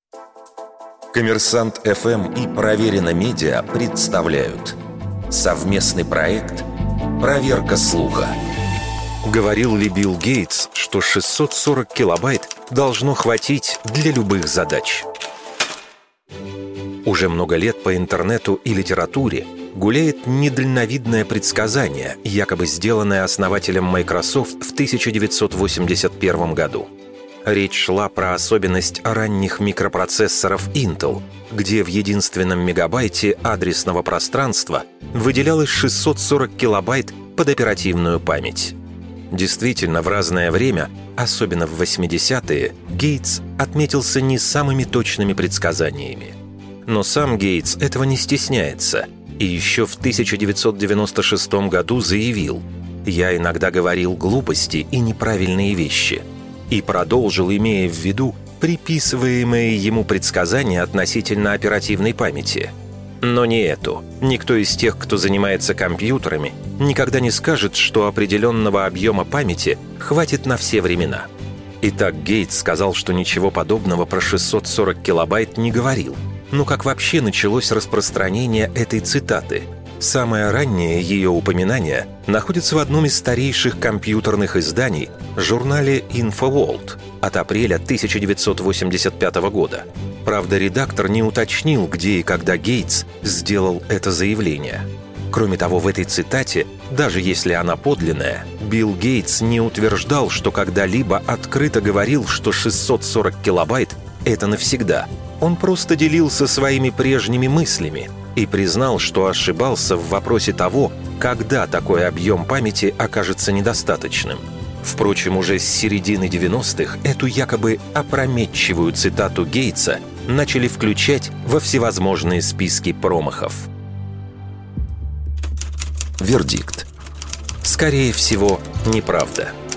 Коммерсант ФМ и Проверено Медиа представляют совместный проект «Проверка слуха». Говорил ли Билл Гейтс, что 640 килобайт должно хватить для любых задач? Уже много лет по интернету и литературе гуляет недальновидное предсказание, якобы сделанное основателем Microsoft в 1981 году. Речь шла про особенность ранних микропроцессоров Intel, где в единственном мегабайте адресного пространства выделялось 640 килобайт под оперативную память. Действительно, в разное время, особенно в 80-е, Гейтс отметился не самыми точными предсказаниями. Но сам Гейтс этого не стесняется и еще в 1996 году заявил: «Я иногда говорил глупости и неправильные вещи», и продолжил, имея в виду приписываемые ему предсказания относительно оперативной памяти. Но не эту. Никто из тех, кто занимается компьютерами, никогда не скажет, что определенного объема памяти хватит на все времена. Итак, Гейтс сказал, что ничего подобного про 640 килобайт не говорил. Но как вообще началось распространение этой цитаты? Самое раннее ее упоминание находится в одном из старейших компьютерных изданий, журнале InfoWorld от апреля 1985 года. Правда, редактор не уточнил, где и когда Гейтс сделал это заявление. Кроме того, в этой цитате, даже если она подлинная, Билл Гейтс не утверждал, что когда-либо открыто говорил, что 640 килобайт — это навсегда. Он просто делился своими прежними мыслями и признал, что ошибался в вопросе того, когда такой объем памяти окажется недостаточным. Впрочем, уже с середины 90-х эту якобы опрометчивую цитату Гейтса начали включать во всевозможные списки промахов. Вердикт. Скорее всего, неправда.